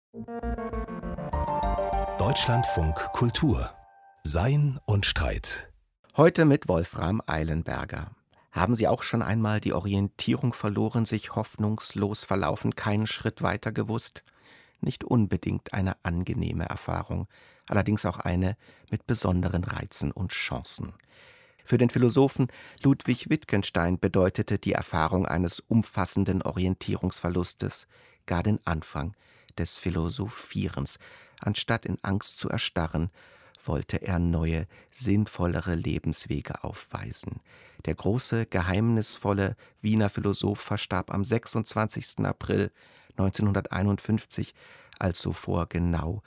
Deutschlandfunk Kultur. Sein und Streit. Heute mit Wolfram Eilenberger. Haben Sie auch schon einmal die Orientierung verloren, sich hoffnungslos verlaufen, keinen Schritt weiter gewusst? Nicht unbedingt eine angenehme Erfahrung, allerdings auch eine mit besonderen Reizen und Chancen. Für den Philosophen Ludwig Wittgenstein bedeutete die Erfahrung eines umfassenden Orientierungsverlustes gar den Anfang des Philosophierens. Anstatt in Angst zu erstarren, wollte er neue, sinnvollere Lebenswege aufweisen. Der große, geheimnisvolle Wiener Philosoph verstarb am 26. April 1951, also vor genau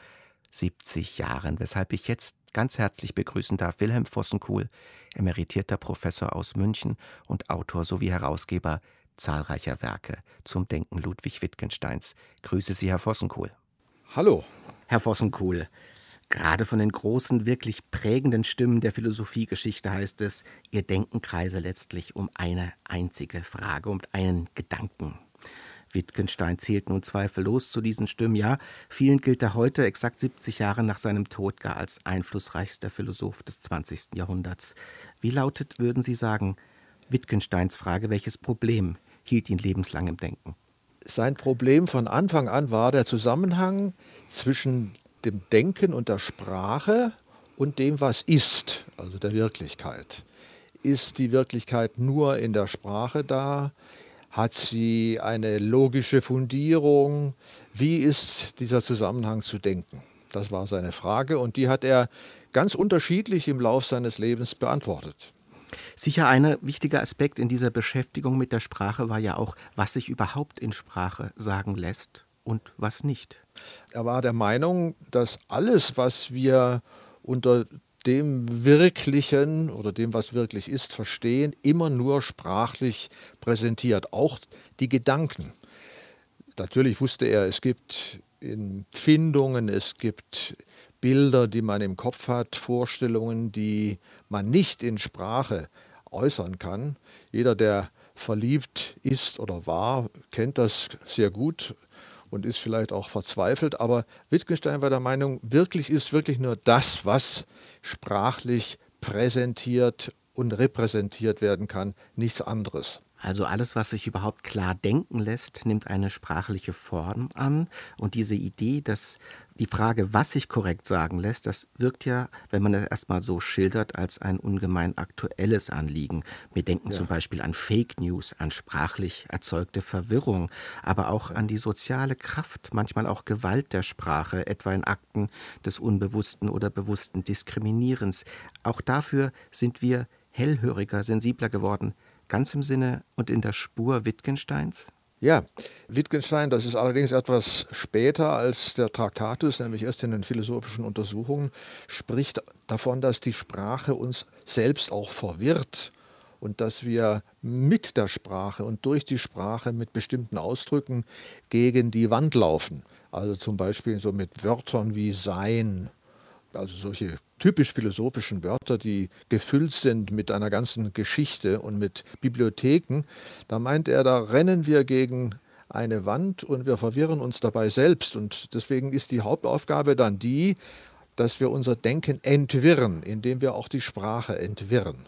70 Jahren, weshalb ich jetzt ganz herzlich begrüßen darf Wilhelm Vossenkuhl, emeritierter Professor aus München und Autor sowie Herausgeber zahlreicher Werke zum Denken Ludwig Wittgensteins. Grüße Sie, Herr Vossenkuhl. Hallo. Herr Vossenkuhl, gerade von den großen, wirklich prägenden Stimmen der Philosophiegeschichte heißt es, ihr Denken kreise letztlich um eine einzige Frage, um einen Gedanken. Wittgenstein zählt nun zweifellos zu diesen Stimmen. Ja, vielen gilt er heute, exakt 70 Jahre nach seinem Tod, gar als einflussreichster Philosoph des 20. Jahrhunderts. Wie lautet, würden Sie sagen, Wittgensteins Frage, welches Problem hielt ihn lebenslang im Denken? Sein Problem von Anfang an war der Zusammenhang zwischen dem Denken und der Sprache und dem, was ist, also der Wirklichkeit. Ist die Wirklichkeit nur in der Sprache da? Hat sie eine logische Fundierung? Wie ist dieser Zusammenhang zu denken? Das war seine Frage und die hat er ganz unterschiedlich im Lauf seines Lebens beantwortet. Sicher ein wichtiger Aspekt in dieser Beschäftigung mit der Sprache war ja auch, was sich überhaupt in Sprache sagen lässt und was nicht. Er war der Meinung, dass alles, was wir unter dem Wirklichen oder dem, was wirklich ist, verstehen, immer nur sprachlich präsentiert, auch die Gedanken. Natürlich wusste er, es gibt Empfindungen, es gibt Bilder, die man im Kopf hat, Vorstellungen, die man nicht in Sprache äußern kann. Jeder, der verliebt ist oder war, kennt das sehr gut und ist vielleicht auch verzweifelt. Aber Wittgenstein war der Meinung, wirklich ist wirklich nur das, was sprachlich präsentiert und repräsentiert werden kann, nichts anderes. Also alles, was sich überhaupt klar denken lässt, nimmt eine sprachliche Form an. Und diese Idee, dass die Frage, was sich korrekt sagen lässt, das wirkt ja, wenn man es erstmal so schildert, als ein ungemein aktuelles Anliegen. Wir denken zum Beispiel an Fake News, an sprachlich erzeugte Verwirrung, aber auch an die soziale Kraft, manchmal auch Gewalt der Sprache, etwa in Akten des unbewussten oder bewussten Diskriminierens. Auch dafür sind wir hellhöriger, sensibler geworden. Ganz im Sinne und in der Spur Wittgensteins? Ja, Wittgenstein, das ist allerdings etwas später als der Traktatus, nämlich erst in den philosophischen Untersuchungen, spricht davon, dass die Sprache uns selbst auch verwirrt und dass wir mit der Sprache und durch die Sprache mit bestimmten Ausdrücken gegen die Wand laufen. Also zum Beispiel so mit Wörtern wie sein, also solche typisch philosophischen Wörter, die gefüllt sind mit einer ganzen Geschichte und mit Bibliotheken. Da meint er, da rennen wir gegen eine Wand und wir verwirren uns dabei selbst. Und deswegen ist die Hauptaufgabe dann die, dass wir unser Denken entwirren, indem wir auch die Sprache entwirren.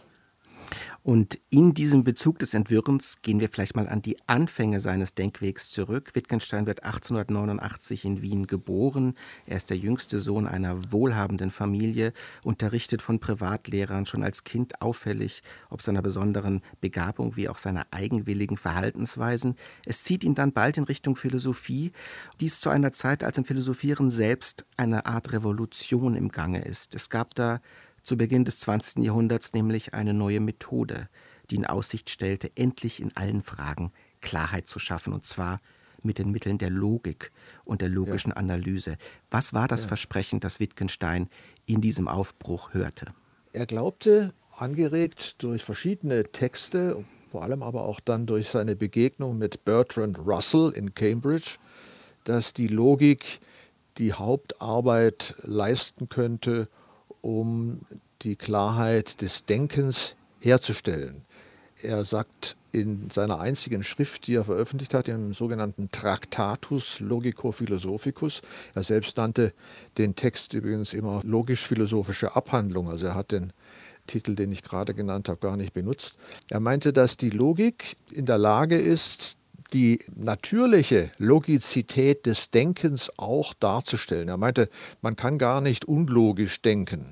Und in diesem Bezug des Entwirrens gehen wir vielleicht mal an die Anfänge seines Denkwegs zurück. Wittgenstein wird 1889 in Wien geboren. Er ist der jüngste Sohn einer wohlhabenden Familie, unterrichtet von Privatlehrern, schon als Kind auffällig, ob seiner besonderen Begabung wie auch seiner eigenwilligen Verhaltensweisen. Es zieht ihn dann bald in Richtung Philosophie. Dies zu einer Zeit, als im Philosophieren selbst eine Art Revolution im Gange ist. Es gab da zu Beginn des 20. Jahrhunderts nämlich eine neue Methode, die in Aussicht stellte, endlich in allen Fragen Klarheit zu schaffen, und zwar mit den Mitteln der Logik und der logischen Analyse. Was war das Versprechen, das Wittgenstein in diesem Aufbruch hörte? Er glaubte, angeregt durch verschiedene Texte, vor allem aber auch dann durch seine Begegnung mit Bertrand Russell in Cambridge, dass die Logik die Hauptarbeit leisten könnte, um die Klarheit des Denkens herzustellen. Er sagt in seiner einzigen Schrift, die er veröffentlicht hat, im sogenannten Tractatus Logico-Philosophicus. Er selbst nannte den Text übrigens immer logisch-philosophische Abhandlung. Also er hat den Titel, den ich gerade genannt habe, gar nicht benutzt. Er meinte, dass die Logik in der Lage ist, die natürliche Logizität des Denkens auch darzustellen. Er meinte, man kann gar nicht unlogisch denken.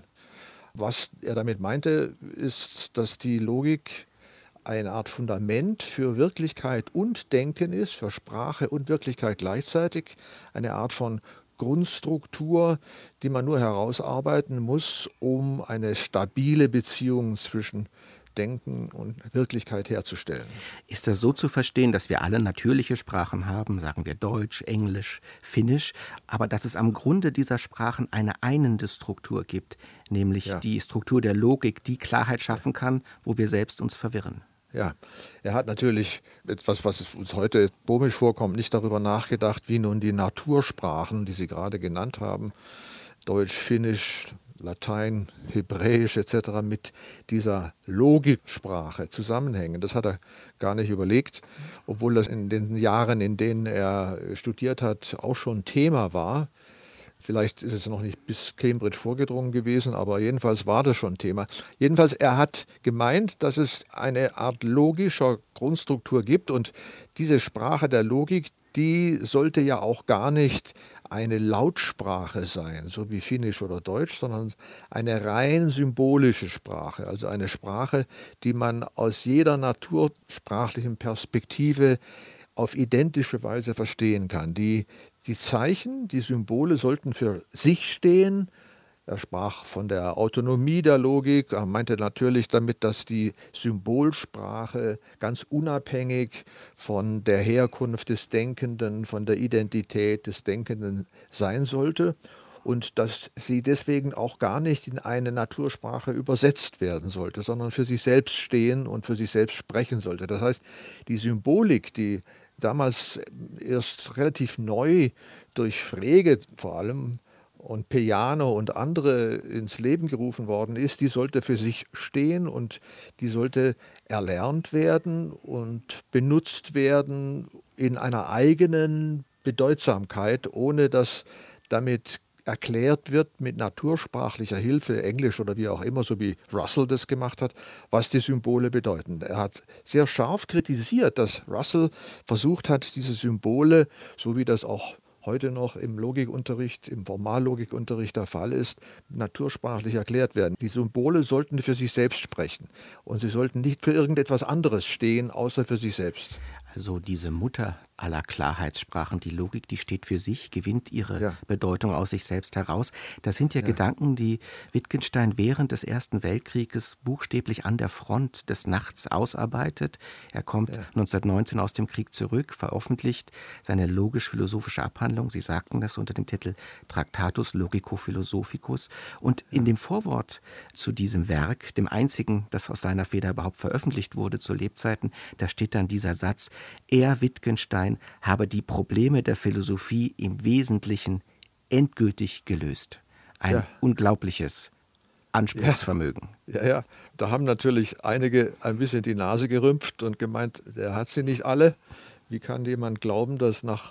Was er damit meinte, ist, dass die Logik eine Art Fundament für Wirklichkeit und Denken ist, für Sprache und Wirklichkeit gleichzeitig, eine Art von Grundstruktur, die man nur herausarbeiten muss, um eine stabile Beziehung zwischen Denken und Wirklichkeit herzustellen. Ist das so zu verstehen, dass wir alle natürliche Sprachen haben, sagen wir Deutsch, Englisch, Finnisch, aber dass es am Grunde dieser Sprachen eine einende Struktur gibt, nämlich die Struktur der Logik, die Klarheit schaffen kann, wo wir selbst uns verwirren? Ja, er hat natürlich etwas, was uns heute komisch vorkommt, nicht darüber nachgedacht, wie nun die Natursprachen, die Sie gerade genannt haben, Deutsch, Finnisch, Latein, Hebräisch etc. mit dieser Logiksprache zusammenhängen. Das hat er gar nicht überlegt, obwohl das in den Jahren, in denen er studiert hat, auch schon Thema war. Vielleicht ist es noch nicht bis Cambridge vorgedrungen gewesen, aber jedenfalls war das schon Thema. Jedenfalls, er hat gemeint, dass es eine Art logischer Grundstruktur gibt und diese Sprache der Logik, die sollte ja auch gar nicht eine Lautsprache sein, so wie Finnisch oder Deutsch, sondern eine rein symbolische Sprache, also eine Sprache, die man aus jeder natursprachlichen Perspektive auf identische Weise verstehen kann. Die Zeichen, die Symbole sollten für sich stehen. Er sprach von der Autonomie der Logik. Er meinte natürlich damit, dass die Symbolsprache ganz unabhängig von der Herkunft des Denkenden, von der Identität des Denkenden sein sollte und dass sie deswegen auch gar nicht in eine Natursprache übersetzt werden sollte, sondern für sich selbst stehen und für sich selbst sprechen sollte. Das heißt, die Symbolik, die damals erst relativ neu durch Frege vor allem und Peano und andere ins Leben gerufen worden ist, die sollte für sich stehen und die sollte erlernt werden und benutzt werden in einer eigenen Bedeutsamkeit, ohne dass damit erklärt wird mit natursprachlicher Hilfe, Englisch oder wie auch immer, so wie Russell das gemacht hat, was die Symbole bedeuten. Er hat sehr scharf kritisiert, dass Russell versucht hat, diese Symbole, so wie das auch heute noch im Logikunterricht, im Formallogikunterricht der Fall ist, natursprachlich erklärt werden. Die Symbole sollten für sich selbst sprechen und sie sollten nicht für irgendetwas anderes stehen, außer für sich selbst. Also diese Mutter aller Klarheitssprachen, die Logik, die steht für sich, gewinnt ihre Bedeutung aus sich selbst heraus. Das sind ja Gedanken, die Wittgenstein während des Ersten Weltkrieges buchstäblich an der Front des Nachts ausarbeitet. Er kommt 1919 aus dem Krieg zurück, veröffentlicht seine logisch-philosophische Abhandlung, Sie sagten das unter dem Titel Tractatus Logico-Philosophicus. Und in dem Vorwort zu diesem Werk, dem einzigen, das aus seiner Feder überhaupt veröffentlicht wurde zu Lebzeiten, da steht dann dieser Satz: Er, Wittgenstein, habe die Probleme der Philosophie im Wesentlichen endgültig gelöst. Ein unglaubliches Anspruchsvermögen. Ja, da haben natürlich einige ein bisschen die Nase gerümpft und gemeint, er hat sie nicht alle. Wie kann jemand glauben, dass nach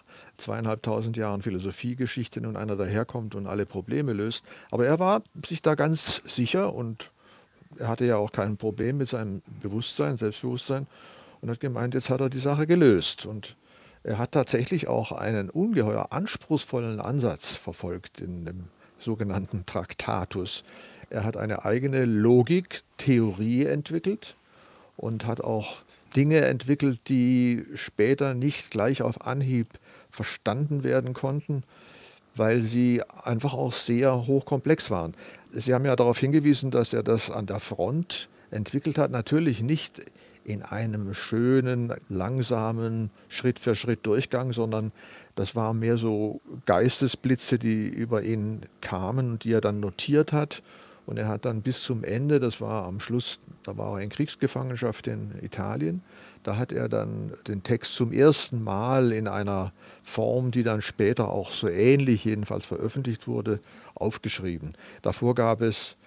2500 Jahren Philosophiegeschichte nun einer daherkommt und alle Probleme löst? Aber er war sich da ganz sicher und er hatte ja auch kein Problem mit seinem Bewusstsein, Selbstbewusstsein und hat gemeint, jetzt hat er die Sache gelöst. Und er hat tatsächlich auch einen ungeheuer anspruchsvollen Ansatz verfolgt in dem sogenannten Tractatus. Er hat eine eigene Logiktheorie entwickelt und hat auch Dinge entwickelt, die später nicht gleich auf Anhieb verstanden werden konnten, weil sie einfach auch sehr hochkomplex waren. Sie haben ja darauf hingewiesen, dass er das an der Front entwickelt hat, natürlich nicht in einem schönen, langsamen Schritt-für-Schritt-Durchgang, sondern das waren mehr so Geistesblitze, die über ihn kamen und die er dann notiert hat. Und er hat dann bis zum Ende, das war am Schluss, da war er in Kriegsgefangenschaft in Italien, da hat er dann den Text zum ersten Mal in einer Form, die dann später auch so ähnlich jedenfalls veröffentlicht wurde, aufgeschrieben. Davor gab es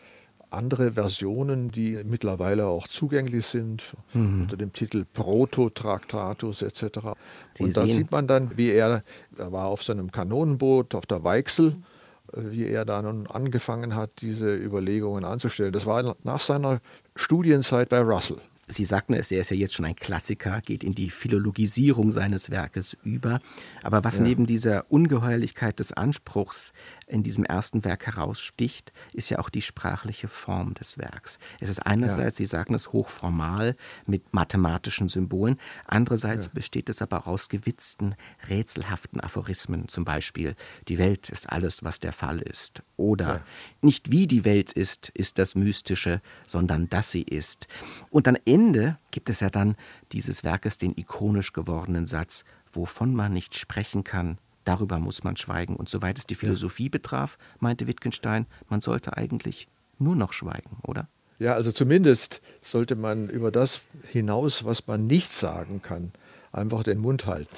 andere Versionen, die mittlerweile auch zugänglich sind, unter dem Titel Proto-Tractatus etc. Sie Und da sehen, sieht man dann, wie er war auf seinem Kanonenboot, auf der Weichsel, wie er da nun angefangen hat, diese Überlegungen anzustellen. Das war nach seiner Studienzeit bei Russell. Sie sagten es, er ist ja jetzt schon ein Klassiker, geht in die Philologisierung seines Werkes über. Aber was neben dieser Ungeheuerlichkeit des Anspruchs in diesem ersten Werk heraussticht, ist ja auch die sprachliche Form des Werks. Es ist einerseits, Sie sagen es, hochformal mit mathematischen Symbolen, andererseits besteht es aber auch aus gewitzten, rätselhaften Aphorismen, zum Beispiel: Die Welt ist alles, was der Fall ist. Oder nicht wie die Welt ist das Mystische, sondern dass sie ist. Und am Ende gibt es ja dann dieses Werkes den ikonisch gewordenen Satz: Wovon man nicht sprechen kann, darüber muss man schweigen. Und soweit es die Philosophie betraf, meinte Wittgenstein, man sollte eigentlich nur noch schweigen, oder? Ja, also zumindest sollte man über das hinaus, was man nicht sagen kann, einfach den Mund halten.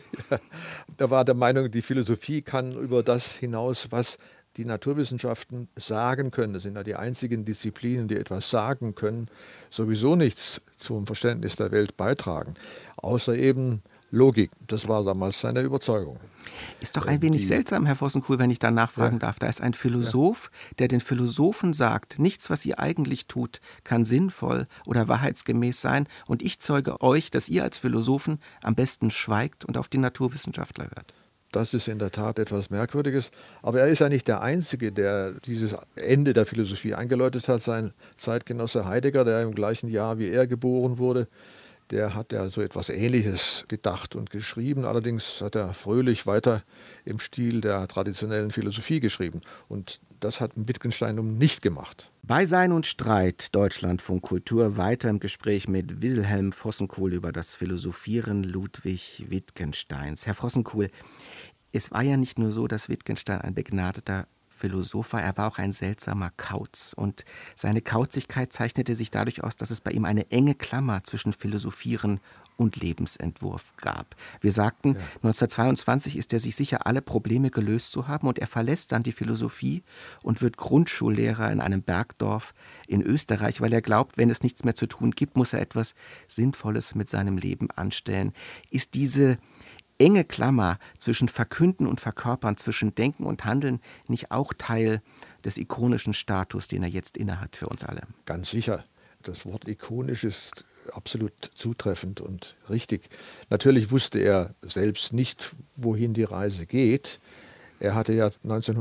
Er war der Meinung, die Philosophie kann über das hinaus, was die Naturwissenschaften sagen können, das sind ja die einzigen Disziplinen, die etwas sagen können, sowieso nichts zum Verständnis der Welt beitragen, außer eben Logik. Das war damals seine Überzeugung. Ist doch ein wenig seltsam, Herr Vossenkuhl, wenn ich da nachfragen darf. Da ist ein Philosoph, der den Philosophen sagt, nichts, was ihr eigentlich tut, kann sinnvoll oder wahrheitsgemäß sein. Und ich zeuge euch, dass ihr als Philosophen am besten schweigt und auf die Naturwissenschaftler hört. Das ist in der Tat etwas Merkwürdiges. Aber er ist ja nicht der Einzige, der dieses Ende der Philosophie eingeläutet hat. Sein Zeitgenosse Heidegger, der im gleichen Jahr wie er geboren wurde, der hat ja so etwas Ähnliches gedacht und geschrieben. Allerdings hat er fröhlich weiter im Stil der traditionellen Philosophie geschrieben. Und das hat Wittgenstein nun nicht gemacht. Bei Sein und Streit, Deutschlandfunk Kultur, weiter im Gespräch mit Wilhelm Vossenkuhl über das Philosophieren Ludwig Wittgensteins. Herr Vossenkuhl, es war ja nicht nur so, dass Wittgenstein ein begnadeter Philosoph war, er war auch ein seltsamer Kauz. Und seine Kauzigkeit zeichnete sich dadurch aus, dass es bei ihm eine enge Klammer zwischen Philosophieren und Lebensentwurf gab. Wir sagten, 1922 ist er sich sicher, alle Probleme gelöst zu haben, und er verlässt dann die Philosophie und wird Grundschullehrer in einem Bergdorf in Österreich, weil er glaubt, wenn es nichts mehr zu tun gibt, muss er etwas Sinnvolles mit seinem Leben anstellen. Ist diese enge Klammer zwischen Verkünden und Verkörpern, zwischen Denken und Handeln nicht auch Teil des ikonischen Status, den er jetzt innehat für uns alle? Ganz sicher. Das Wort ikonisch ist absolut zutreffend und richtig. Natürlich wusste er selbst nicht, wohin die Reise geht. Er hatte ja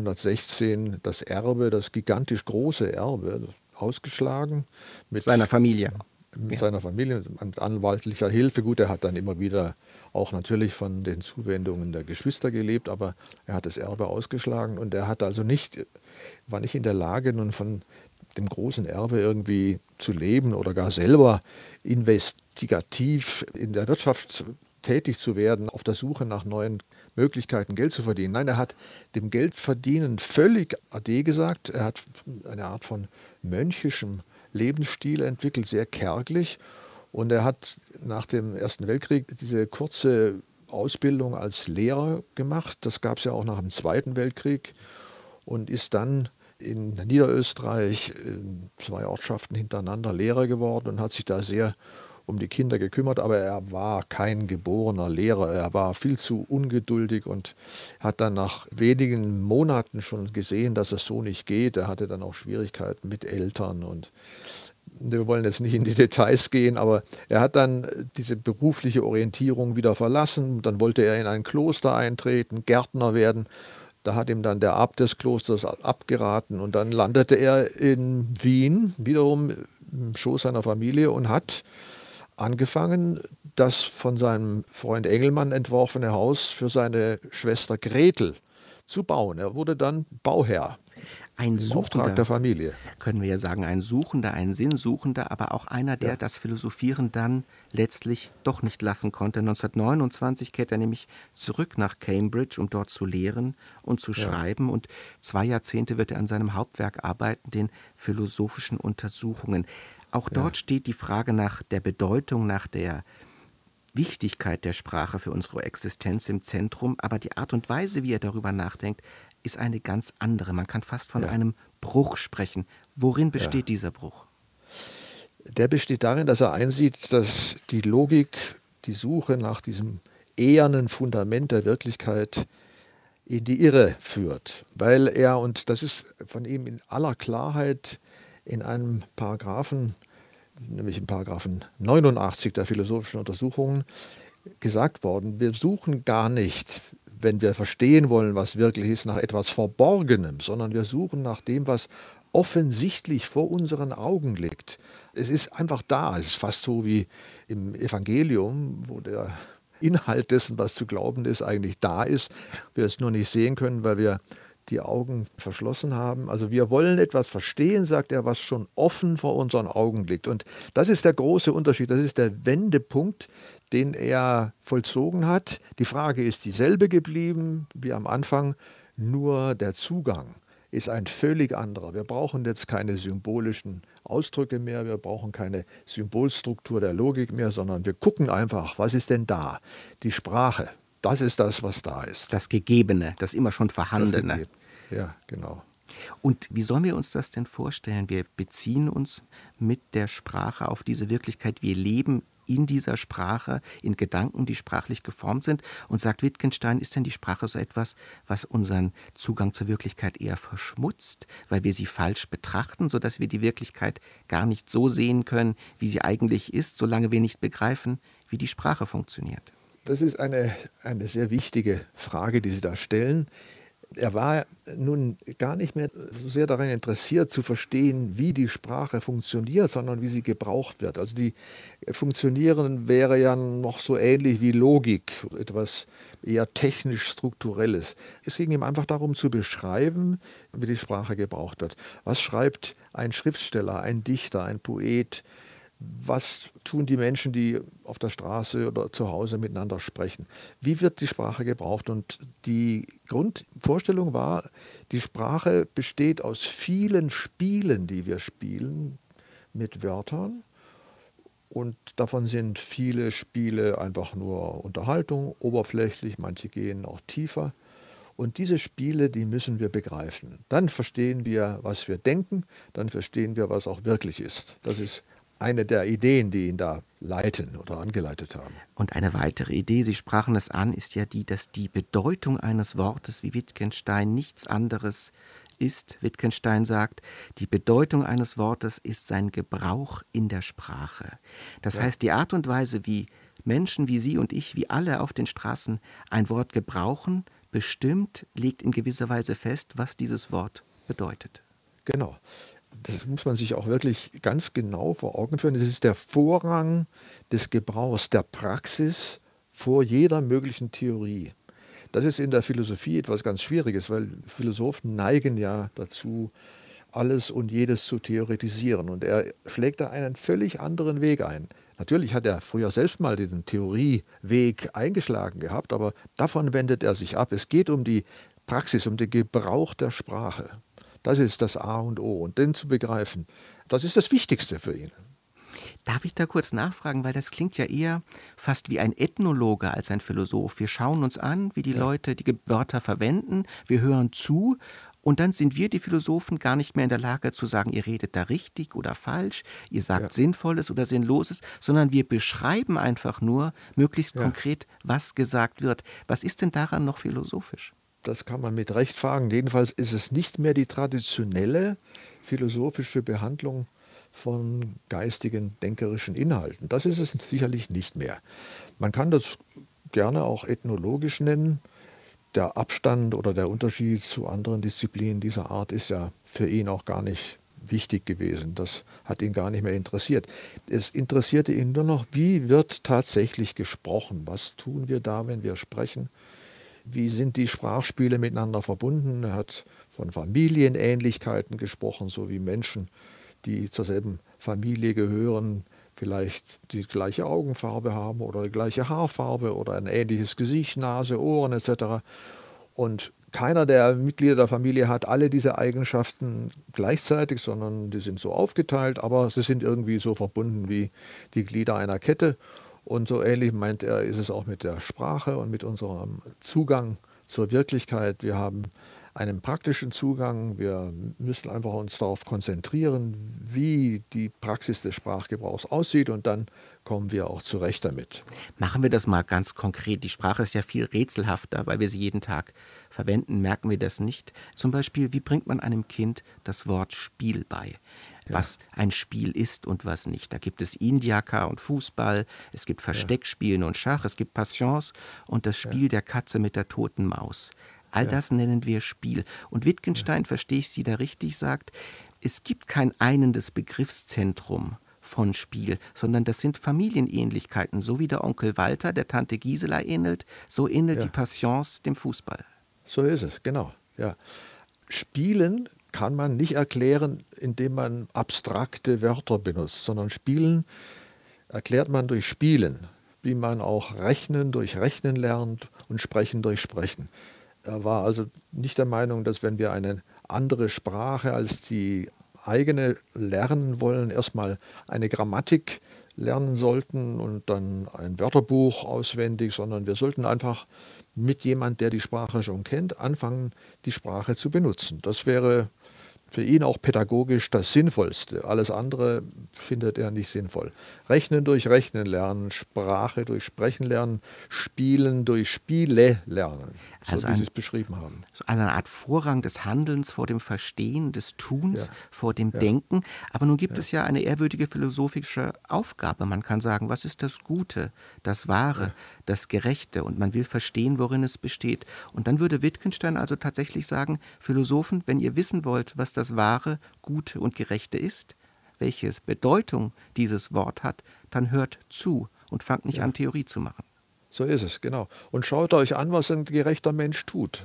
1916 das Erbe, das gigantisch große Erbe, ausgeschlagen. Mit seiner Familie. Mit seiner Familie, mit anwaltlicher Hilfe. Gut, er hat dann immer wieder auch natürlich von den Zuwendungen der Geschwister gelebt, aber er hat das Erbe ausgeschlagen und er hat also war nicht in der Lage, nun von dem großen Erbe irgendwie zu leben oder gar selber investigativ in der Wirtschaft tätig zu werden, auf der Suche nach neuen Möglichkeiten, Geld zu verdienen. Nein, er hat dem Geldverdienen völlig ade gesagt. Er hat eine Art von mönchischem Lebensstil entwickelt, sehr kärglich. Und er hat nach dem Ersten Weltkrieg diese kurze Ausbildung als Lehrer gemacht. Das gab es ja auch nach dem Zweiten Weltkrieg. Und ist dann in Niederösterreich, in 2 Ortschaften hintereinander, Lehrer geworden und hat sich da sehr um die Kinder gekümmert. Aber er war kein geborener Lehrer. Er war viel zu ungeduldig und hat dann nach wenigen Monaten schon gesehen, dass es so nicht geht. Er hatte dann auch Schwierigkeiten mit Eltern und wir wollen jetzt nicht in die Details gehen, aber er hat dann diese berufliche Orientierung wieder verlassen. Dann wollte er in ein Kloster eintreten, Gärtner werden. Da hat ihm dann der Abt des Klosters abgeraten und dann landete er in Wien, wiederum im Schoß seiner Familie, und hat angefangen, das von seinem Freund Engelmann entworfene Haus für seine Schwester Gretel zu bauen. Er wurde dann Bauherr. Ein Im Auftrag der Familie. Können wir ja sagen, ein Suchender, ein Sinnsuchender, aber auch einer, der das Philosophieren dann letztlich doch nicht lassen konnte. 1929 kehrt er nämlich zurück nach Cambridge, um dort zu lehren und zu schreiben. Und 2 Jahrzehnte wird er an seinem Hauptwerk arbeiten, den philosophischen Untersuchungen. Auch dort steht die Frage nach der Bedeutung, nach der Wichtigkeit der Sprache für unsere Existenz im Zentrum. Aber die Art und Weise, wie er darüber nachdenkt, ist eine ganz andere. Man kann fast von einem Bruch sprechen. Worin Ja. besteht dieser Bruch? Der besteht darin, dass er einsieht, dass die Logik, die Suche nach diesem ehernen Fundament der Wirklichkeit in die Irre führt, weil er, und das ist von ihm in aller Klarheit in einem Paragraphen, nämlich im Paragraphen 89 der philosophischen Untersuchungen, gesagt worden, wir suchen gar nicht, wenn wir verstehen wollen, was wirklich ist, nach etwas Verborgenem, sondern wir suchen nach dem, was offensichtlich vor unseren Augen liegt. Es ist einfach da. Es ist fast so wie im Evangelium, wo der Inhalt dessen, was zu glauben ist, eigentlich da ist. Wir es nur nicht sehen können, weil wir die Augen verschlossen haben. Also wir wollen etwas verstehen, sagt er, was schon offen vor unseren Augen liegt. Und das ist der große Unterschied, das ist der Wendepunkt, den er vollzogen hat. Die Frage ist dieselbe geblieben wie am Anfang, nur der Zugang ist ein völlig anderer. Wir brauchen jetzt keine symbolischen Ausdrücke mehr, wir brauchen keine Symbolstruktur der Logik mehr, sondern wir gucken einfach, was ist denn da? Die Sprache, das ist das, was da ist. Das Gegebene, das immer schon Vorhandene. Ja, genau. Und wie sollen wir uns das denn vorstellen? Wir beziehen uns mit der Sprache auf diese Wirklichkeit. Wir leben in dieser Sprache, in Gedanken, die sprachlich geformt sind. Und sagt Wittgenstein, ist denn die Sprache so etwas, was unseren Zugang zur Wirklichkeit eher verschmutzt, weil wir sie falsch betrachten, sodass wir die Wirklichkeit gar nicht so sehen können, wie sie eigentlich ist, solange wir nicht begreifen, wie die Sprache funktioniert? Das ist eine sehr wichtige Frage, die Sie da stellen. Er war nun gar nicht mehr so sehr daran interessiert zu verstehen, wie die Sprache funktioniert, sondern wie sie gebraucht wird. Also die Funktionieren wäre ja noch so ähnlich wie Logik, etwas eher technisch-strukturelles. Es ging ihm einfach darum zu beschreiben, wie die Sprache gebraucht wird. Was schreibt ein Schriftsteller, ein Dichter, ein Poet? Was tun die Menschen, die auf der Straße oder zu Hause miteinander sprechen? Wie wird die Sprache gebraucht? Und die Grundvorstellung war, die Sprache besteht aus vielen Spielen, die wir spielen mit Wörtern. Und davon sind viele Spiele einfach nur Unterhaltung, oberflächlich, manche gehen auch tiefer. Und diese Spiele, die müssen wir begreifen. Dann verstehen wir, was wir denken, dann verstehen wir, was auch wirklich ist. Das ist eine der Ideen, die ihn da leiten oder angeleitet haben. Und eine weitere Idee, Sie sprachen es an, ist ja die, dass die Bedeutung eines Wortes wie Wittgenstein nichts anderes ist. Wittgenstein sagt, die Bedeutung eines Wortes ist sein Gebrauch in der Sprache. Das heißt, die Art und Weise, wie Menschen wie Sie und ich, wie alle auf den Straßen ein Wort gebrauchen, bestimmt, legt in gewisser Weise fest, was dieses Wort bedeutet. Genau. Das muss man sich auch wirklich ganz genau vor Augen führen. Das ist der Vorrang des Gebrauchs, der Praxis vor jeder möglichen Theorie. Das ist in der Philosophie etwas ganz Schwieriges, weil Philosophen neigen ja dazu, alles und jedes zu theoretisieren. Und er schlägt da einen völlig anderen Weg ein. Natürlich hat er früher selbst mal diesen Theorieweg eingeschlagen gehabt, aber davon wendet er sich ab. Es geht um die Praxis, um den Gebrauch der Sprache. Das ist das A und O. Und den zu begreifen, das ist das Wichtigste für ihn. Darf ich da kurz nachfragen, weil das klingt ja eher fast wie ein Ethnologe als ein Philosoph. Wir schauen uns an, wie die Leute die Wörter verwenden, wir hören zu und dann sind wir, die Philosophen, gar nicht mehr in der Lage zu sagen, ihr redet da richtig oder falsch, ihr sagt Sinnvolles oder Sinnloses, sondern wir beschreiben einfach nur möglichst konkret, was gesagt wird. Was ist denn daran noch philosophisch? Das kann man mit Recht fragen. Jedenfalls ist es nicht mehr die traditionelle philosophische Behandlung von geistigen, denkerischen Inhalten. Das ist es sicherlich nicht mehr. Man kann das gerne auch ethnologisch nennen. Der Abstand oder der Unterschied zu anderen Disziplinen dieser Art ist ja für ihn auch gar nicht wichtig gewesen. Das hat ihn gar nicht mehr interessiert. Es interessierte ihn nur noch, wie wird tatsächlich gesprochen? Was tun wir da, wenn wir sprechen? Wie sind die Sprachspiele miteinander verbunden? Er hat von Familienähnlichkeiten gesprochen, so wie Menschen, die zur selben Familie gehören, vielleicht die gleiche Augenfarbe haben oder die gleiche Haarfarbe oder ein ähnliches Gesicht, Nase, Ohren etc. Und keiner der Mitglieder der Familie hat alle diese Eigenschaften gleichzeitig, sondern die sind so aufgeteilt, aber sie sind irgendwie so verbunden wie die Glieder einer Kette. Und so ähnlich, meint er, ist es auch mit der Sprache und mit unserem Zugang zur Wirklichkeit. Wir haben einen praktischen Zugang. Wir müssen einfach uns darauf konzentrieren, wie die Praxis des Sprachgebrauchs aussieht, und dann kommen wir auch zurecht damit. Machen wir das mal ganz konkret. Die Sprache ist ja viel rätselhafter, weil wir sie jeden Tag verwenden, merken wir das nicht. Zum Beispiel, wie bringt man einem Kind das Wort Spiel bei? Was ein Spiel ist und was nicht. Da gibt es Indiaka und Fußball, es gibt Versteckspielen und Schach, es gibt Patience und das Spiel der Katze mit der toten Maus. All das nennen wir Spiel. Und Wittgenstein, verstehe ich Sie da richtig, sagt, es gibt kein einendes Begriffszentrum von Spiel, sondern das sind Familienähnlichkeiten. So wie der Onkel Walter der Tante Gisela ähnelt, so ähnelt die Patience dem Fußball. So ist es, genau. Ja. Spielen kann man nicht erklären, indem man abstrakte Wörter benutzt, sondern Spielen erklärt man durch Spielen, wie man auch Rechnen durch Rechnen lernt und Sprechen durch Sprechen. Er war also nicht der Meinung, dass wenn wir eine andere Sprache als die eigene lernen wollen, erstmal eine Grammatik lernen sollten und dann ein Wörterbuch auswendig, sondern wir sollten einfach mit jemand, der die Sprache schon kennt, anfangen, die Sprache zu benutzen. Das wäre für ihn auch pädagogisch das Sinnvollste. Alles andere findet er nicht sinnvoll. Rechnen durch Rechnen lernen, Sprache durch Sprechen lernen, Spielen durch Spiele lernen. So Also wie Sie es beschrieben haben. so eine Art Vorrang des Handelns vor dem Verstehen, des Tuns, vor dem Denken. Aber nun gibt es ja eine ehrwürdige philosophische Aufgabe. Man kann sagen, was ist das Gute, das Wahre, das Gerechte? Und man will verstehen, worin es besteht. Und dann würde Wittgenstein also tatsächlich sagen, Philosophen, wenn ihr wissen wollt, was das Wahre, Gute und Gerechte ist, welche Bedeutung dieses Wort hat, dann hört zu und fangt nicht an, Theorie zu machen. So ist es, genau. Und schaut euch an, was ein gerechter Mensch tut.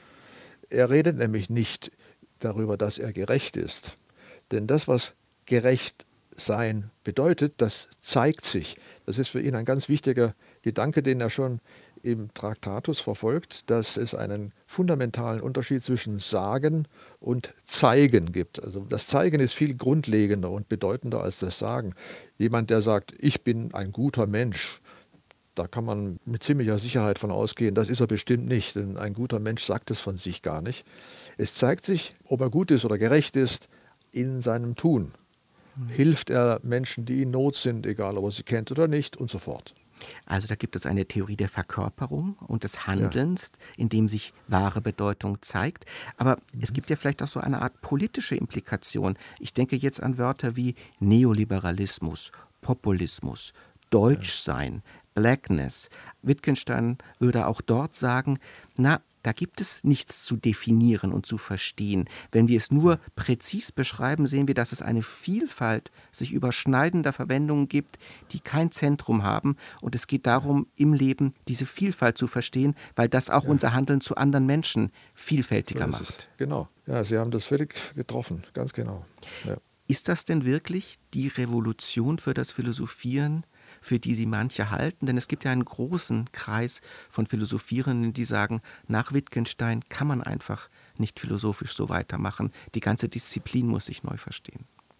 Er redet nämlich nicht darüber, dass er gerecht ist. Denn das, was gerecht sein bedeutet, das zeigt sich. Das ist für ihn ein ganz wichtiger Gedanke, den er schon im Traktatus verfolgt, dass es einen fundamentalen Unterschied zwischen Sagen und Zeigen gibt. Also das Zeigen ist viel grundlegender und bedeutender als das Sagen. Jemand, der sagt, ich bin ein guter Mensch, da kann man mit ziemlicher Sicherheit von ausgehen, das ist er bestimmt nicht, denn ein guter Mensch sagt es von sich gar nicht. Es zeigt sich, ob er gut ist oder gerecht ist, in seinem Tun. Hilft er Menschen, die in Not sind, egal ob er sie kennt oder nicht, und so fort. Also da gibt es eine Theorie der Verkörperung und des Handelns, in dem sich wahre Bedeutung zeigt. Aber es gibt ja vielleicht auch so eine Art politische Implikation. Ich denke jetzt an Wörter wie Neoliberalismus, Populismus, Deutschsein, Blackness. Wittgenstein würde auch dort sagen, na, da gibt es nichts zu definieren und zu verstehen. Wenn wir es nur präzis beschreiben, sehen wir, dass es eine Vielfalt sich überschneidender Verwendungen gibt, die kein Zentrum haben. Und es geht darum, im Leben diese Vielfalt zu verstehen, weil das auch unser Handeln zu anderen Menschen vielfältiger macht. Genau. Ja, Sie haben das völlig getroffen, ganz genau. Ja. Ist das denn wirklich die Revolution für das Philosophieren, für die Sie manche halten? Denn es gibt ja einen großen Kreis von Philosophierenden, die sagen, nach Wittgenstein kann man einfach nicht philosophisch so weitermachen. Die ganze Disziplin muss sich neu verstehen.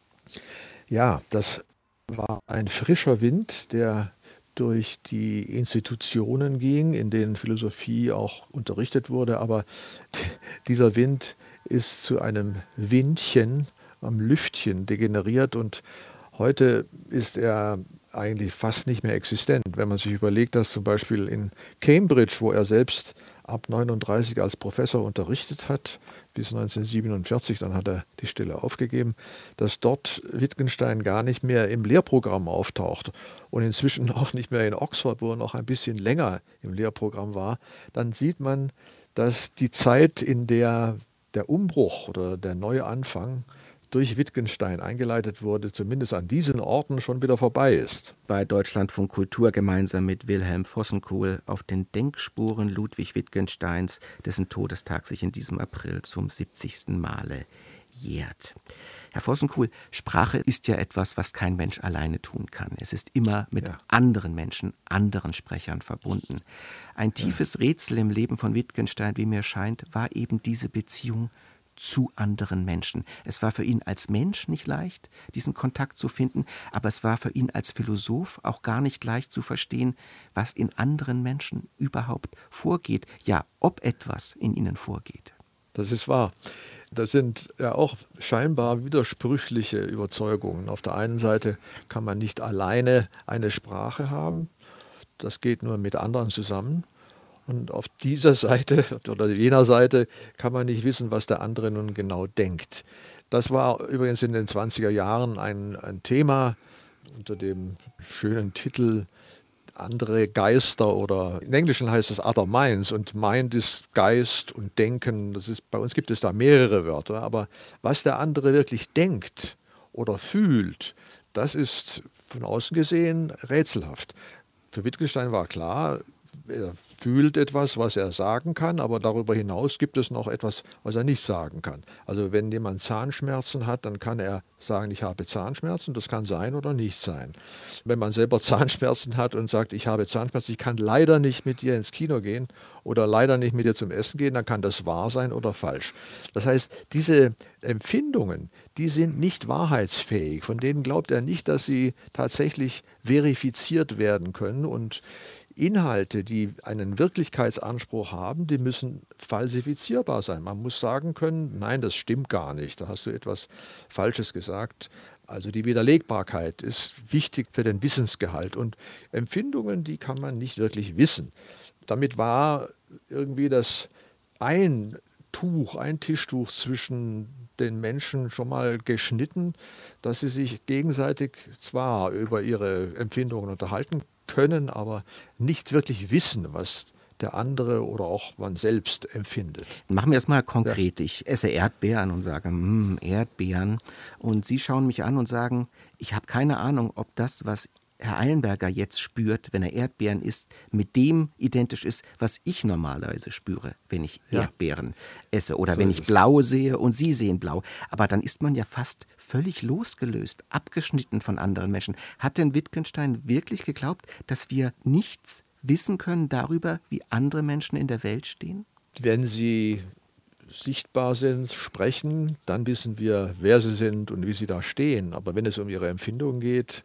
Ja, das war ein frischer Wind, der durch die Institutionen ging, in denen Philosophie auch unterrichtet wurde. Aber dieser Wind ist zu einem Windchen am Lüftchen degeneriert und heute ist er eigentlich fast nicht mehr existent. Wenn man sich überlegt, dass zum Beispiel in Cambridge, wo er selbst ab 39 als Professor unterrichtet hat, bis 1947, dann hat er die Stelle aufgegeben, dass dort Wittgenstein gar nicht mehr im Lehrprogramm auftaucht und inzwischen auch nicht mehr in Oxford, wo er noch ein bisschen länger im Lehrprogramm war, dann sieht man, dass die Zeit, in der der Umbruch oder der Neuanfang durch Wittgenstein eingeleitet wurde, zumindest an diesen Orten schon wieder vorbei ist. Bei Deutschlandfunk Kultur gemeinsam mit Wilhelm Vossenkohl auf den Denkspuren Ludwig Wittgensteins, dessen Todestag sich in diesem April zum 70. Male jährt. Herr Vossenkohl, Sprache ist ja etwas, was kein Mensch alleine tun kann. Es ist immer mit anderen Menschen, anderen Sprechern verbunden. Ein tiefes Rätsel im Leben von Wittgenstein, wie mir scheint, war eben diese Beziehung zu anderen Menschen. Es war für ihn als Mensch nicht leicht, diesen Kontakt zu finden, aber es war für ihn als Philosoph auch gar nicht leicht zu verstehen, was in anderen Menschen überhaupt vorgeht, ja, ob etwas in ihnen vorgeht. Das ist wahr. Das sind ja auch scheinbar widersprüchliche Überzeugungen. Auf der einen Seite kann man nicht alleine eine Sprache haben, das geht nur mit anderen zusammen. Und auf dieser Seite oder jener Seite kann man nicht wissen, was der andere nun genau denkt. Das war übrigens in den 20er Jahren ein Thema unter dem schönen Titel andere Geister, oder in Englischen heißt es Other Minds, und Mind ist Geist und Denken. Bei uns gibt es da mehrere Wörter, aber was der andere wirklich denkt oder fühlt, das ist von außen gesehen rätselhaft. Für Wittgenstein war klar, er fühlt etwas, was er sagen kann, aber darüber hinaus gibt es noch etwas, was er nicht sagen kann. Also wenn jemand Zahnschmerzen hat, dann kann er sagen, ich habe Zahnschmerzen, das kann sein oder nicht sein. Wenn man selber Zahnschmerzen hat und sagt, ich habe Zahnschmerzen, ich kann leider nicht mit dir ins Kino gehen oder leider nicht mit dir zum Essen gehen, dann kann das wahr sein oder falsch. Das heißt, diese Empfindungen, die sind nicht wahrheitsfähig. Von denen glaubt er nicht, dass sie tatsächlich verifiziert werden können, und Inhalte, die einen Wirklichkeitsanspruch haben, die müssen falsifizierbar sein. Man muss sagen können, nein, das stimmt gar nicht, da hast du etwas Falsches gesagt. Also die Widerlegbarkeit ist wichtig für den Wissensgehalt. Und Empfindungen, die kann man nicht wirklich wissen. Damit war irgendwie ein Tischtuch zwischen den Menschen schon mal geschnitten, dass sie sich gegenseitig zwar über ihre Empfindungen unterhalten können, aber nicht wirklich wissen, was der andere oder auch man selbst empfindet. Machen wir es mal konkret. Ich esse Erdbeeren und sage, Erdbeeren. Und Sie schauen mich an und sagen, ich habe keine Ahnung, ob das, was Herr Eilenberger jetzt spürt, wenn er Erdbeeren isst, mit dem identisch ist, was ich normalerweise spüre, wenn ich Erdbeeren esse. Oder so, wenn ich blau sehe und Sie sehen blau. Aber dann ist man ja fast völlig losgelöst, abgeschnitten von anderen Menschen. Hat denn Wittgenstein wirklich geglaubt, dass wir nichts wissen können darüber, wie andere Menschen in der Welt stehen? Wenn sie sichtbar sind, sprechen, dann wissen wir, wer sie sind und wie sie da stehen. Aber wenn es um ihre Empfindungen geht,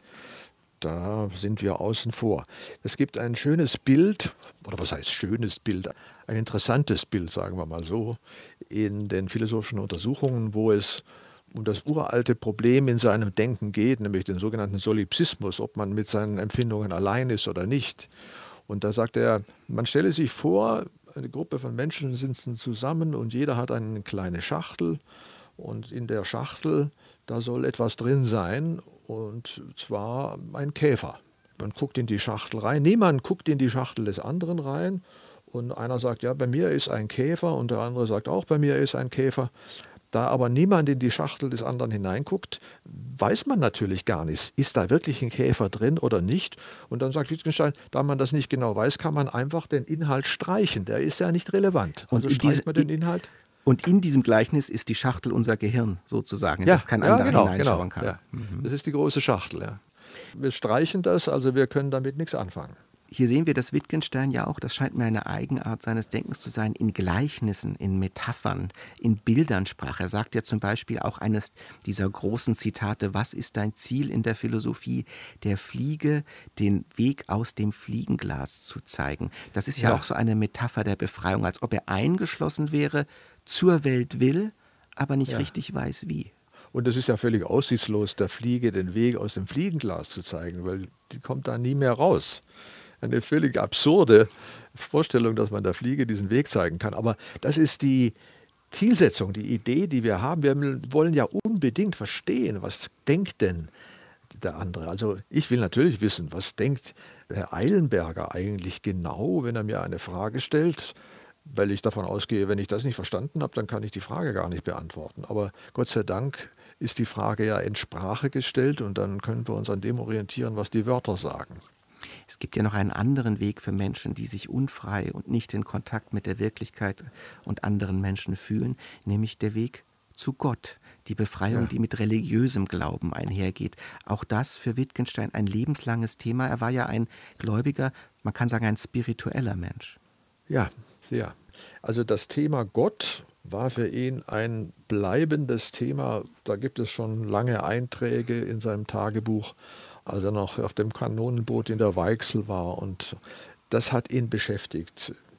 da sind wir außen vor. Es gibt ein schönes Bild, oder was heißt schönes Bild, ein interessantes Bild, sagen wir mal so, in den philosophischen Untersuchungen, wo es um das uralte Problem in seinem Denken geht, nämlich den sogenannten Solipsismus, ob man mit seinen Empfindungen allein ist oder nicht. Und da sagt er, man stelle sich vor, eine Gruppe von Menschen sitzen zusammen und jeder hat eine kleine Schachtel, und in der Schachtel, da soll etwas drin sein, und zwar ein Käfer. Man guckt in die Schachtel rein, niemand guckt in die Schachtel des anderen rein, und einer sagt, ja, bei mir ist ein Käfer, und der andere sagt auch, bei mir ist ein Käfer. Da aber niemand in die Schachtel des anderen hineinguckt, weiß man natürlich gar nicht, ist da wirklich ein Käfer drin oder nicht. Und dann sagt Wittgenstein, da man das nicht genau weiß, kann man einfach den Inhalt streichen. Der ist ja nicht relevant. Also streicht man den Inhalt. Und in diesem Gleichnis ist die Schachtel unser Gehirn sozusagen, in das kein anderer hineinschauen kann. Ja. Das ist die große Schachtel. Ja. Wir streichen das, also wir können damit nichts anfangen. Hier sehen wir, dass Wittgenstein ja auch, das scheint mir eine Eigenart seines Denkens zu sein, in Gleichnissen, in Metaphern, in Bildern sprach. Er sagt ja zum Beispiel auch eines dieser großen Zitate, was ist dein Ziel in der Philosophie? Der Fliege den Weg aus dem Fliegenglas zu zeigen. Das ist ja auch so eine Metapher der Befreiung, als ob er eingeschlossen wäre, zur Welt will, aber nicht richtig weiß, wie. Und es ist ja völlig aussichtslos, der Fliege den Weg aus dem Fliegenglas zu zeigen, weil die kommt da nie mehr raus. Eine völlig absurde Vorstellung, dass man der Fliege diesen Weg zeigen kann. Aber das ist die Zielsetzung, die Idee, die wir haben. Wir wollen ja unbedingt verstehen, was denkt denn der andere. Also ich will natürlich wissen, was denkt Herr Eilenberger eigentlich genau, wenn er mir eine Frage stellt, weil ich davon ausgehe, wenn ich das nicht verstanden habe, dann kann ich die Frage gar nicht beantworten. Aber Gott sei Dank ist die Frage ja in Sprache gestellt, und dann können wir uns an dem orientieren, was die Wörter sagen. Es gibt ja noch einen anderen Weg für Menschen, die sich unfrei und nicht in Kontakt mit der Wirklichkeit und anderen Menschen fühlen, nämlich der Weg zu Gott, die Befreiung, die mit religiösem Glauben einhergeht. Auch das für Wittgenstein ein lebenslanges Thema. Er war ja ein gläubiger, man kann sagen, ein spiritueller Mensch. Ja, sehr. Also das Thema Gott war für ihn ein bleibendes Thema. Da gibt es schon lange Einträge in seinem Tagebuch, als er noch auf dem Kanonenboot in der Weichsel war. Und das hat ihn beschäftigt.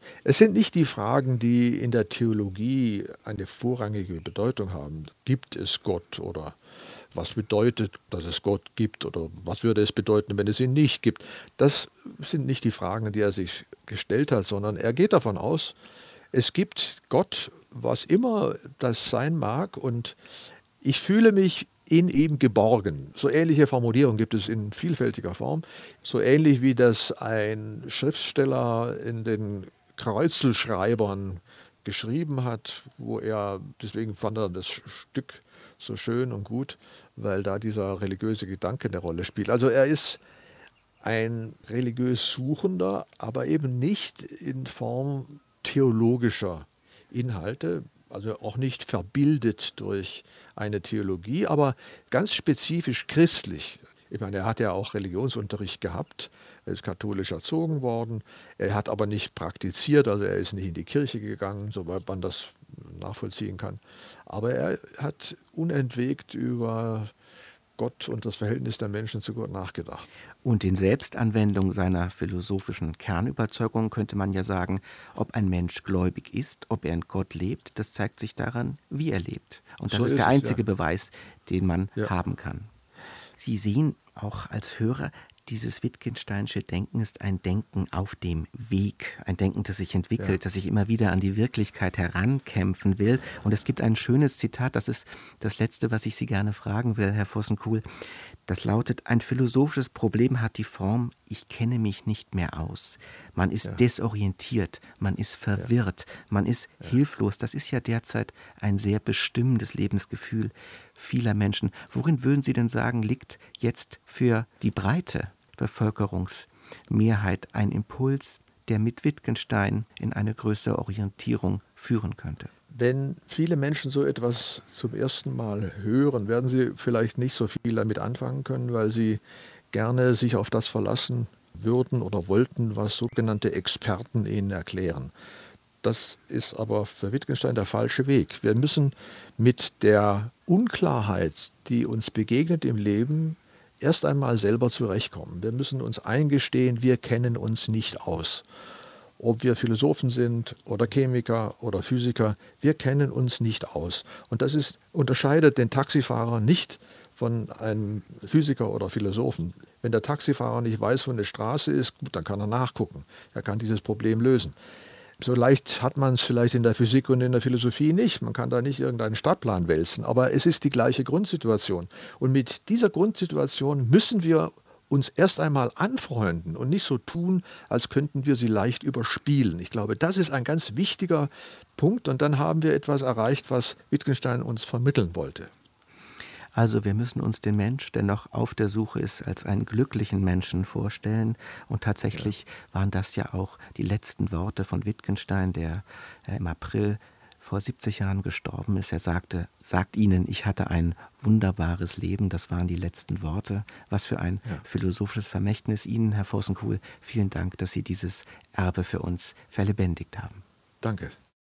Es sind nicht die Fragen, die in der Theologie eine vorrangige Bedeutung haben. Gibt es Gott oder was bedeutet, dass es Gott gibt oder was würde es bedeuten, wenn es ihn nicht gibt? Das sind nicht die Fragen, die er sich gestellt hat, sondern er geht davon aus, es gibt Gott, was immer das sein mag, und ich fühle mich in ihm geborgen. So ähnliche Formulierungen gibt es in vielfältiger Form. So ähnlich wie das ein Schriftsteller in den Kreuzelschreibern geschrieben hat, wo er, deswegen fand er das Stück so schön und gut, weil da dieser religiöse Gedanke eine Rolle spielt. Also er ist ein religiös Suchender, aber eben nicht in Form theologischer Inhalte, also auch nicht verbildet durch eine Theologie, aber ganz spezifisch christlich. Ich meine, er hat ja auch Religionsunterricht gehabt, er ist katholisch erzogen worden, er hat aber nicht praktiziert, also er ist nicht in die Kirche gegangen, soweit man das nachvollziehen kann. Aber er hat unentwegt über Gott und das Verhältnis der Menschen zu Gott nachgedacht. Und in Selbstanwendung seiner philosophischen Kernüberzeugung könnte man ja sagen, ob ein Mensch gläubig ist, ob er in Gott lebt, das zeigt sich daran, wie er lebt. Und das So ist ist der es, einzige ja. Beweis, den man Ja. haben kann. Sie sehen auch als Hörer, dieses Wittgensteinsche Denken ist ein Denken auf dem Weg, ein Denken, das sich entwickelt, Ja. das sich immer wieder an die Wirklichkeit herankämpfen will. Und es gibt ein schönes Zitat, das ist das Letzte, was ich Sie gerne fragen will, Herr Vossenkuhl. Das lautet: Ein philosophisches Problem hat die Form, ich kenne mich nicht mehr aus. Man ist desorientiert, man ist verwirrt, man ist hilflos. Das ist ja derzeit ein sehr bestimmendes Lebensgefühl vieler Menschen. Worin würden Sie denn sagen, liegt jetzt für die breite Bevölkerungsmehrheit ein Impuls, der mit Wittgenstein in eine größere Orientierung führen könnte? Wenn viele Menschen so etwas zum ersten Mal hören, werden sie vielleicht nicht so viel damit anfangen können, weil sie gerne sich auf das verlassen würden oder wollten, was sogenannte Experten ihnen erklären. Das ist aber für Wittgenstein der falsche Weg. Wir müssen mit der Unklarheit, die uns begegnet im Leben, erst einmal selber zurechtkommen. Wir müssen uns eingestehen, wir kennen uns nicht aus. Ob wir Philosophen sind oder Chemiker oder Physiker, wir kennen uns nicht aus. Und das unterscheidet den Taxifahrer nicht von einem Physiker oder Philosophen. Wenn der Taxifahrer nicht weiß, wo eine Straße ist, gut, dann kann er nachgucken. Er kann dieses Problem lösen. So leicht hat man es vielleicht in der Physik und in der Philosophie nicht. Man kann da nicht irgendeinen Stadtplan wälzen, aber es ist die gleiche Grundsituation. Und mit dieser Grundsituation müssen wir uns erst einmal anfreunden und nicht so tun, als könnten wir sie leicht überspielen. Ich glaube, das ist ein ganz wichtiger Punkt, und dann haben wir etwas erreicht, was Wittgenstein uns vermitteln wollte. Also wir müssen uns den Mensch, der noch auf der Suche ist, als einen glücklichen Menschen vorstellen. Und tatsächlich waren das ja auch die letzten Worte von Wittgenstein, der im April vor 70 Jahren gestorben ist. Er sagte: Sagt ihnen, ich hatte ein wunderbares Leben. Das waren die letzten Worte. Was für ein philosophisches Vermächtnis Ihnen, Herr Vossenkuhl. Vielen Dank, dass Sie dieses Erbe für uns verlebendigt haben. Danke.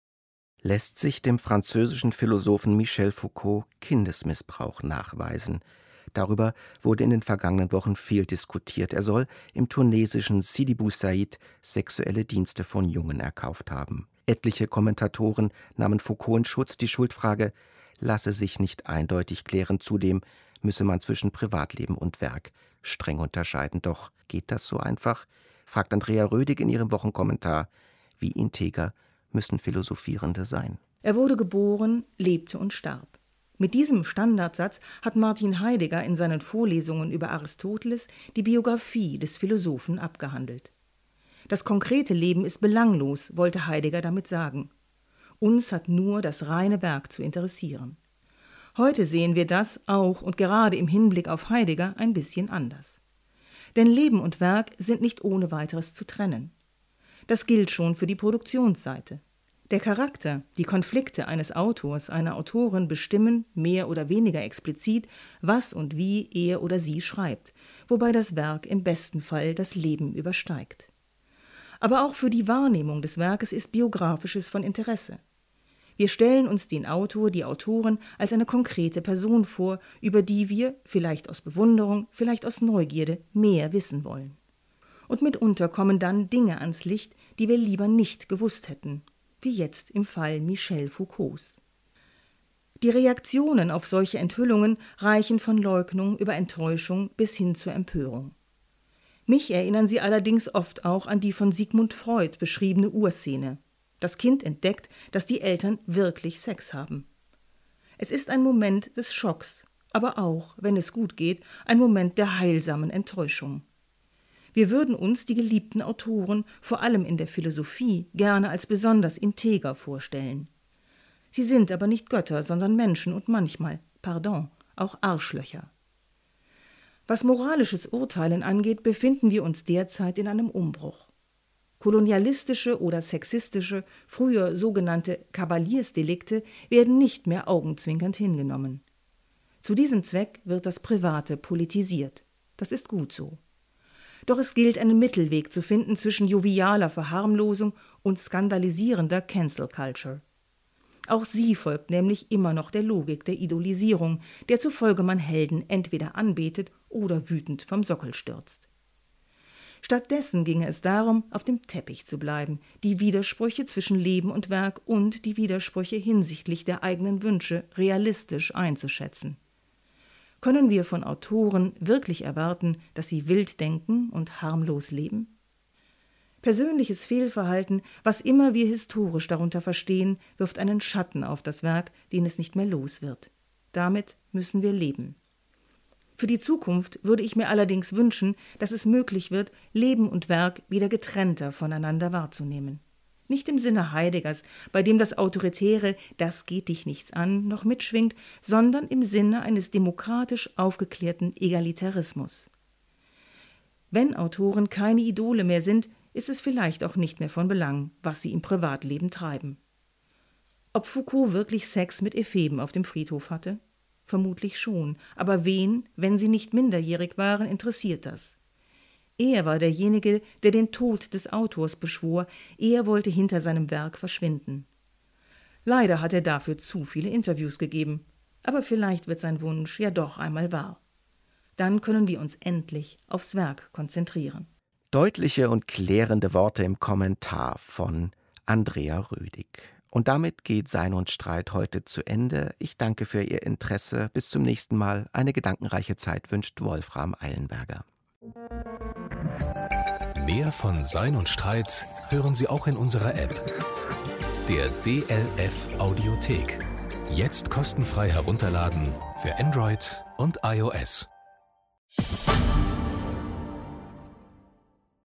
Lässt sich dem französischen Philosophen Michel Foucault Kindesmissbrauch nachweisen. Darüber wurde in den vergangenen Wochen viel diskutiert. Er soll im tunesischen Sidi Bou Said sexuelle Dienste von Jungen erkauft haben. Etliche Kommentatoren nahmen Foucault in Schutz. Die Schuldfrage lasse sich nicht eindeutig klären. Zudem müsse man zwischen Privatleben und Werk streng unterscheiden. Doch geht das so einfach? Fragt Andrea Rödig in ihrem Wochenkommentar. Wie integer müssen Philosophierende sein? Er wurde geboren, lebte und starb. Mit diesem Standardsatz hat Martin Heidegger in seinen Vorlesungen über Aristoteles die Biografie des Philosophen abgehandelt. Das konkrete Leben ist belanglos, wollte Heidegger damit sagen. Uns hat nur das reine Werk zu interessieren. Heute sehen wir das auch und gerade im Hinblick auf Heidegger ein bisschen anders. Denn Leben und Werk sind nicht ohne weiteres zu trennen. Das gilt schon für die Produktionsseite. Der Charakter, die Konflikte eines Autors, einer Autorin bestimmen, mehr oder weniger explizit, was und wie er oder sie schreibt, wobei das Werk im besten Fall das Leben übersteigt. Aber auch für die Wahrnehmung des Werkes ist Biografisches von Interesse. Wir stellen uns den Autor, die Autorin als eine konkrete Person vor, über die wir, vielleicht aus Bewunderung, vielleicht aus Neugierde, mehr wissen wollen. Und mitunter kommen dann Dinge ans Licht, die wir lieber nicht gewusst hätten, wie jetzt im Fall Michel Foucaults. Die Reaktionen auf solche Enthüllungen reichen von Leugnung über Enttäuschung bis hin zur Empörung. Mich erinnern sie allerdings oft auch an die von Sigmund Freud beschriebene Urszene. Das Kind entdeckt, dass die Eltern wirklich Sex haben. Es ist ein Moment des Schocks, aber auch, wenn es gut geht, ein Moment der heilsamen Enttäuschung. Wir würden uns die geliebten Autoren, vor allem in der Philosophie, gerne als besonders integer vorstellen. Sie sind aber nicht Götter, sondern Menschen und manchmal, auch Arschlöcher. Was moralisches Urteilen angeht, befinden wir uns derzeit in einem Umbruch. Kolonialistische oder sexistische, früher sogenannte Kavaliersdelikte werden nicht mehr augenzwinkernd hingenommen. Zu diesem Zweck wird das Private politisiert. Das ist gut so. Doch es gilt, einen Mittelweg zu finden zwischen jovialer Verharmlosung und skandalisierender Cancel Culture. Auch sie folgt nämlich immer noch der Logik der Idolisierung, der zufolge man Helden entweder anbetet oder wütend vom Sockel stürzt. Stattdessen ginge es darum, auf dem Teppich zu bleiben, die Widersprüche zwischen Leben und Werk und die Widersprüche hinsichtlich der eigenen Wünsche realistisch einzuschätzen. Können wir von Autoren wirklich erwarten, dass sie wild denken und harmlos leben? Persönliches Fehlverhalten, was immer wir historisch darunter verstehen, wirft einen Schatten auf das Werk, den es nicht mehr los wird. Damit müssen wir leben. Für die Zukunft würde ich mir allerdings wünschen, dass es möglich wird, Leben und Werk wieder getrennter voneinander wahrzunehmen. Nicht im Sinne Heideggers, bei dem das autoritäre »Das geht dich nichts an« noch mitschwingt, sondern im Sinne eines demokratisch aufgeklärten Egalitarismus. Wenn Autoren keine Idole mehr sind, ist es vielleicht auch nicht mehr von Belang, was sie im Privatleben treiben. Ob Foucault wirklich Sex mit Epheben auf dem Friedhof hatte? Vermutlich schon, aber wen, wenn sie nicht minderjährig waren, interessiert das? Er war derjenige, der den Tod des Autors beschwor, er wollte hinter seinem Werk verschwinden. Leider hat er dafür zu viele Interviews gegeben, aber vielleicht wird sein Wunsch ja doch einmal wahr. Dann können wir uns endlich aufs Werk konzentrieren. Deutliche und klärende Worte im Kommentar von Andrea Rödig. Und damit geht Sein und Streit heute zu Ende. Ich danke für Ihr Interesse. Bis zum nächsten Mal. Eine gedankenreiche Zeit wünscht Wolfram Eilenberger. Mehr von Sein und Streit hören Sie auch in unserer App, der DLF Audiothek. Jetzt kostenfrei herunterladen für Android und iOS.